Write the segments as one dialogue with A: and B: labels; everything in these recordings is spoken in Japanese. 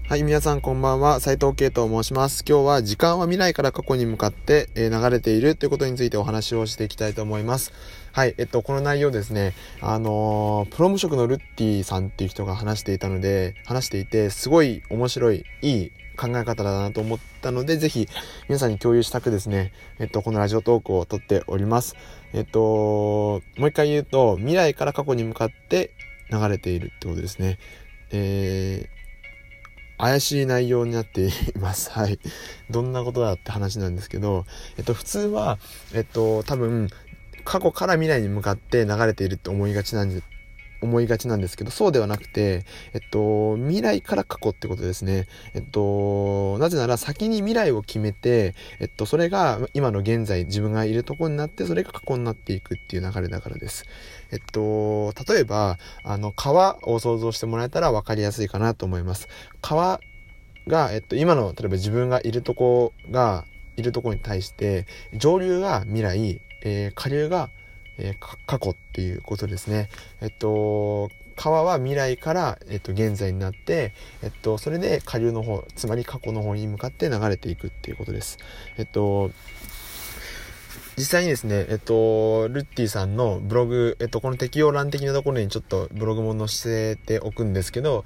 A: はい、皆さんこんばんは。斉藤慶と申します。今日は時間は未来から過去に向かって流れているということについてお話をしていきたいと思います。はい、この内容ですね、プロ無職のルッティさんっていう人が話していて、すごい面白い、いい考え方だなと思ったので、ぜひ皆さんに共有したくですね、このラジオトークを撮っております。もう一回言うと、未来から過去に向かって流れているってことですね。怪しい内容になっています。はい。どんなことだって話なんですけど、普通は、多分、過去から未来に向かって流れているって思いがちなんですけど、そうではなくて、未来から過去ってことですね。なぜなら先に未来を決めて、それが今の現在自分がいるところになって、それが過去になっていくっていう流れだからです。例えば、川を想像してもらえたら分かりやすいかなと思います。川が、今の、例えば自分がいるとこに対して、上流が未来、下流が過去っていうことですね。川は未来から、現在になって、それで下流の方、つまり過去の方に向かって流れていくっていうことです。実際にですね、ルッティさんのブログ、この適用欄的なところにちょっとブログも載せておくんですけど、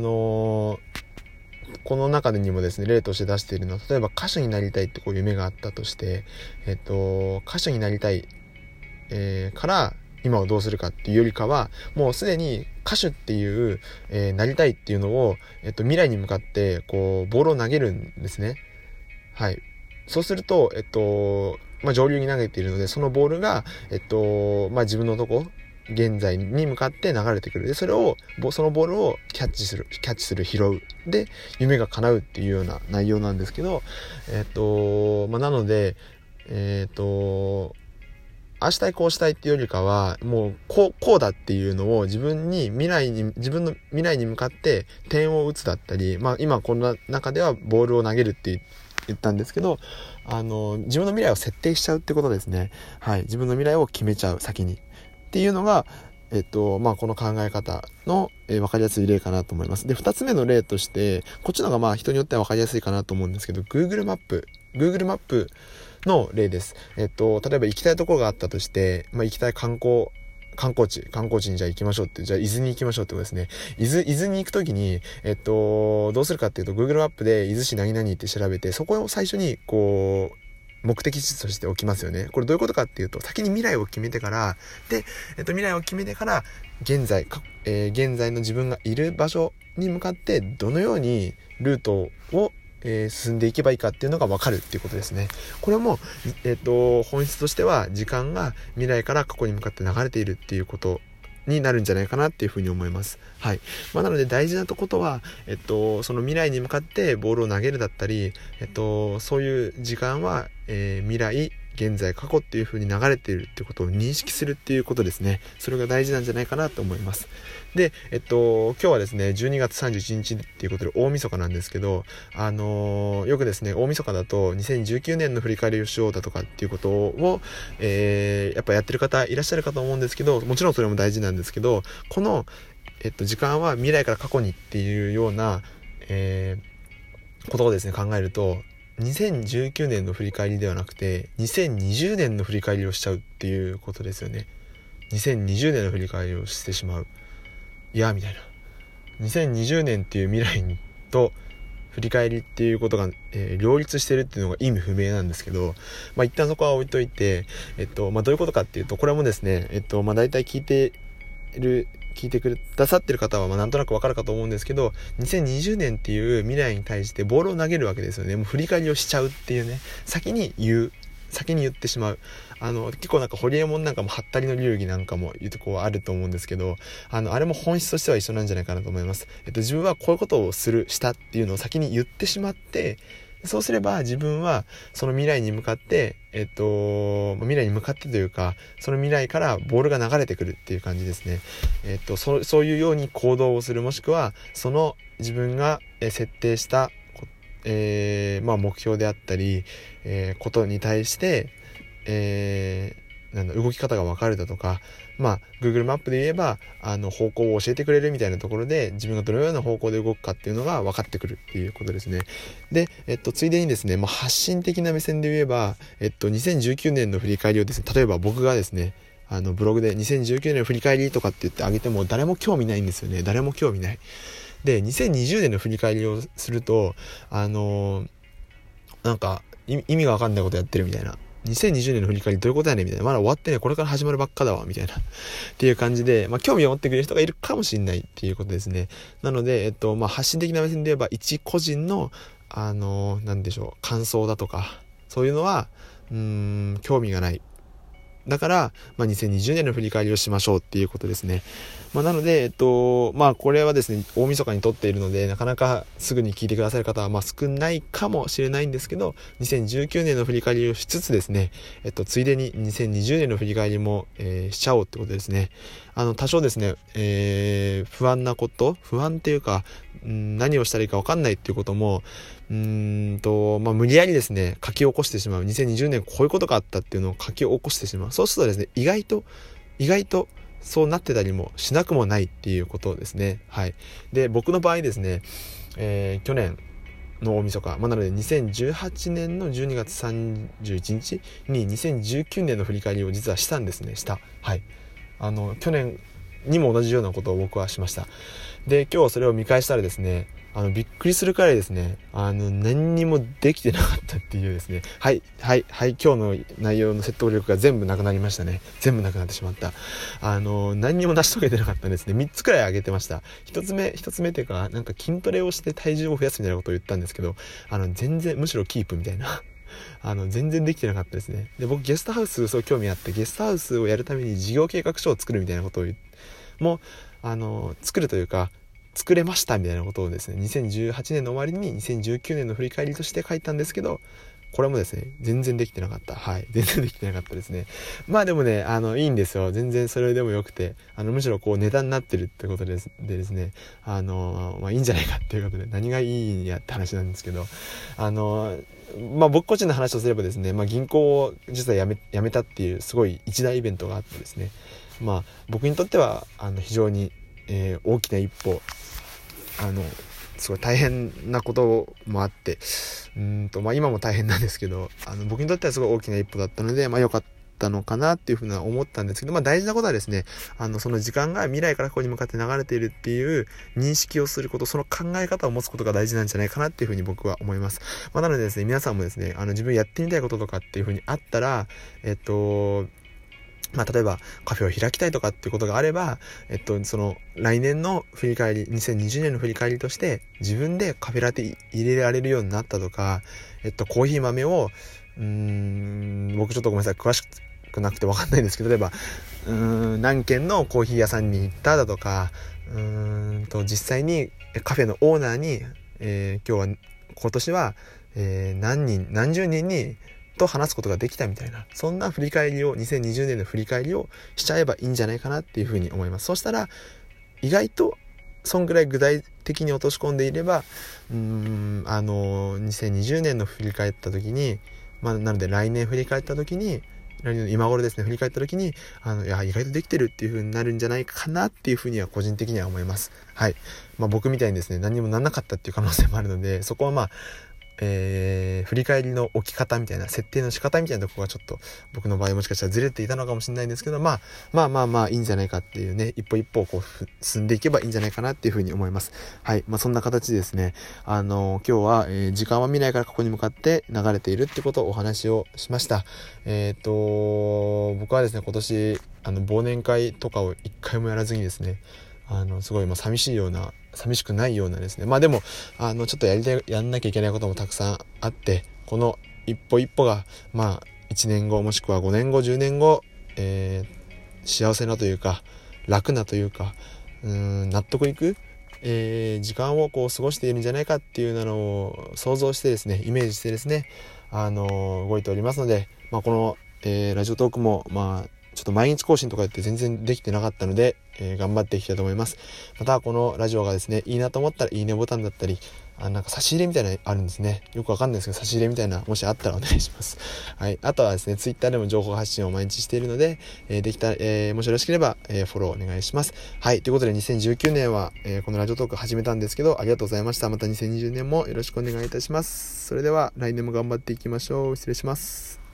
A: この中でにもですね、例として出しているのは、例えば歌手になりたいってこう夢があったとして、歌手になりたいから今をどうするかっていうよりかは、もうすでに歌手っていう、なりたいっていうのを、未来に向かってこうボールを投げるんですね。はい。そうすると、上流に投げているので、そのボールが、自分のとこ、現在に向かって流れてくる。で、そのボールをキャッチする、拾う。で、夢が叶うっていうような内容なんですけど、なので、ああしたいこうしたいっていうよりかは、もうこうだっていうのを自分の未来に向かって点を打つだったり、今この中ではボールを投げるって言ったんですけど、自分の未来を設定しちゃうってことですね。はい。自分の未来を決めちゃう、先に。っていうのが、この考え方の、分かりやすい例かなと思います。で、二つ目の例として、こっちの方が人によっては分かりやすいかなと思うんですけど、Google マップの例です。例えば行きたいところがあったとして、行きたい観光地にじゃあ行きましょうって、じゃあ伊豆に行きましょうってことですね。伊豆に行くときに、どうするかっていうと、Google マップで伊豆市何々って調べて、そこを最初にこう、目的地として置きますよね。これどういうことかっていうと、先に未来を決めてから、で、未来を決めてから、現在の自分がいる場所に向かって、どのようにルートを進んでいけばいいかっていうのが分かるっていうことですね。これも、本質としては時間が未来から過去に向かって流れているっていうことになるんじゃないかなっていうふうに思います。はい。なので大事なことは、その未来に向かってボールを投げるだったり、そういう時間は、未来、現在、過去っていう風に流れているっていうことを認識するっていうことですね。それが大事なんじゃないかなと思います。で、今日はですね、12月31日っていうことで大晦日なんですけど、よくですね、大晦日だと2019年の振り返りをしようだとかっていうことを、やっぱやってる方いらっしゃるかと思うんですけど、もちろんそれも大事なんですけど、この、時間は未来から過去にっていうような、ことをですね、考えると、2019年の振り返りではなくて2020年の振り返りをしちゃうっていうことですよね。2020年の振り返りをしてしまう、みたいな。2020年っていう未来と振り返りっていうことが、両立してるっていうのが意味不明なんですけど、一旦そこは置いといて、どういうことかっていうと、これもですね、大体聞いてくださってる方はなんとなくわかるかと思うんですけど、2020年っていう未来に対してボールを投げるわけですよね。もう振り返りをしちゃうっていうね、先に言ってしまう。結構ホリエモンなんかもハッタリの流儀なんかもあると思うんですけど、あれも本質としては一緒なんじゃないかなと思います。自分はこういうことをしたっていうのを先に言ってしまって、そうすれば自分はその未来に向かって、未来に向かってというか、その未来からボールが流れてくるっていう感じですね。そういうように行動をする、もしくはその自分が設定した目標であったり、ことに対して、 動き方が分かるだとか、Google マップで言えば方向を教えてくれるみたいなところで、自分がどのような方向で動くかっていうのが分かってくるっていうことですね。で、ついでにですね、発信的な目線で言えば、2019年の振り返りをですね、例えば僕がですねブログで2019年の振り返りとかって言ってあげても誰も興味ないんですよね。誰も興味ない。で、2020年の振り返りをするとなんか意味が分かんないことやってるみたいな、2020年の振り返りどういうことやねんみたいな、まだ終わってね、これから始まるばっかだわみたいなっていう感じで、興味を持ってくれる人がいるかもしれないっていうことですね。なので、発信的な目線で言えば一個人のなんでしょう、感想だとかそういうのは興味がない。だから、2020年の振り返りをしましょうっていうことですね。なので、これはですね、大晦日に撮っているので、なかなかすぐに聞いてくださる方は、少ないかもしれないんですけど、2019年の振り返りをしつつですね、ついでに2020年の振り返りも、しちゃおうってことですね。多少ですね、不安っていうか、何をしたらいいか分かんないっていうことも、無理やりですね、書き起こしてしまう。2020年こういうことがあったっていうのを書き起こしてしまう。そうするとですね、意外とそうなってたりもしなくもないっていうことですね。はい。で、僕の場合ですね、去年の大晦日、なので2018年の12月31日に2019年の振り返りを実はしたんですね。はい。去年にも同じようなことを僕はしました。で、今日それを見返したらですね、びっくりするくらいですね、何にもできてなかったっていうですね、はい、今日の内容の説得力が全部なくなりましたね。全部なくなってしまった。何にも成し遂げてなかったんですね。3つくらい上げてました。1つ目っていうか、なんか筋トレをして体重を増やすみたいなことを言ったんですけど、全然、むしろキープみたいな。全然できてなかったですね。で、僕ゲストハウスそう興味あって、ゲストハウスをやるために事業計画書を作るみたいなことを作るというか、作れましたみたいなことをですね、2018年の終わりに2019年の振り返りとして書いたんですけど、これもですね、全然できてなかった。はい。全然できてなかったですね。でもね、いいんですよ。全然それでもよくて、むしろこうネタになってるってことでですね、いいんじゃないかっていうことで、何がいいんやって話なんですけど、僕個人の話をすればですね、銀行を実は辞めたっていうすごい一大イベントがあってですね、僕にとっては非常に、大きな一歩、すごい大変なこともあって、今も大変なんですけど、僕にとってはすごい大きな一歩だったので、良かったのかなっていうふうには思ったんですけど、大事なことはですね、その時間が未来から過去に向かって流れているっていう認識をすること、その考え方を持つことが大事なんじゃないかなっていうふうに僕は思います。なのでですね、皆さんもですね、自分やってみたいこととかっていうふうにあったら、例えばカフェを開きたいとかっていうことがあれば、その来年の振り返り、2020年の振り返りとして自分でカフェラテ入れられるようになったとか、コーヒー豆を僕ちょっとごめんなさい、詳しくなくて分かんないんですけど、例えば何軒のコーヒー屋さんに行っただとか、実際にカフェのオーナーに、今年は、何十人にと話すことができたみたいな、そんな振り返りを、2020年の振り返りをしちゃえばいいんじゃないかなっていうふうに思います。そしたら意外とそんぐらい具体的に落とし込んでいれば、2020年の振り返った時に、なので来年振り返った時に、来年の今頃ですね、振り返った時にいや意外とできてるっていう風になるんじゃないかなっていう風には個人的には思います。はい。僕みたいにですね、何にもなんなかったっていう可能性もあるので、そこは振り返りの置き方みたいな、設定の仕方みたいなところがちょっと僕の場合もしかしたらずれていたのかもしれないんですけど、いいんじゃないかっていうね、一歩一歩こう進んでいけばいいんじゃないかなっていうふうに思います。はい。そんな形でですね、今日は、時間は未来から過去に向かって流れているってことをお話をしました。僕はですね、今年忘年会とかを一回もやらずにですね、すごい寂しくないようなですね。でもちょっとやんなきゃいけないこともたくさんあって、この一歩一歩が1年後もしくは5年後10年後、幸せなというか楽なというか納得いく、時間をこう過ごしているんじゃないかっていうのを想像してですね、イメージしてですね、動いておりますので、この、ラジオトークもちょっと毎日更新とかって全然できてなかったので、頑張っていきたいと思います。またこのラジオがですね、いいなと思ったらいいねボタンだったり、 なんか差し入れみたいなのあるんですね。よくわかんないですけど、差し入れみたいな、もしあったらお願いします。はい。あとはですね、ツイッターでも情報発信を毎日しているので、できた、もしよろしければ、フォローお願いします。はい。ということで、2019年は、このラジオトーク始めたんですけど、ありがとうございました。また2020年もよろしくお願いいたします。それでは、来年も頑張っていきましょう。失礼します。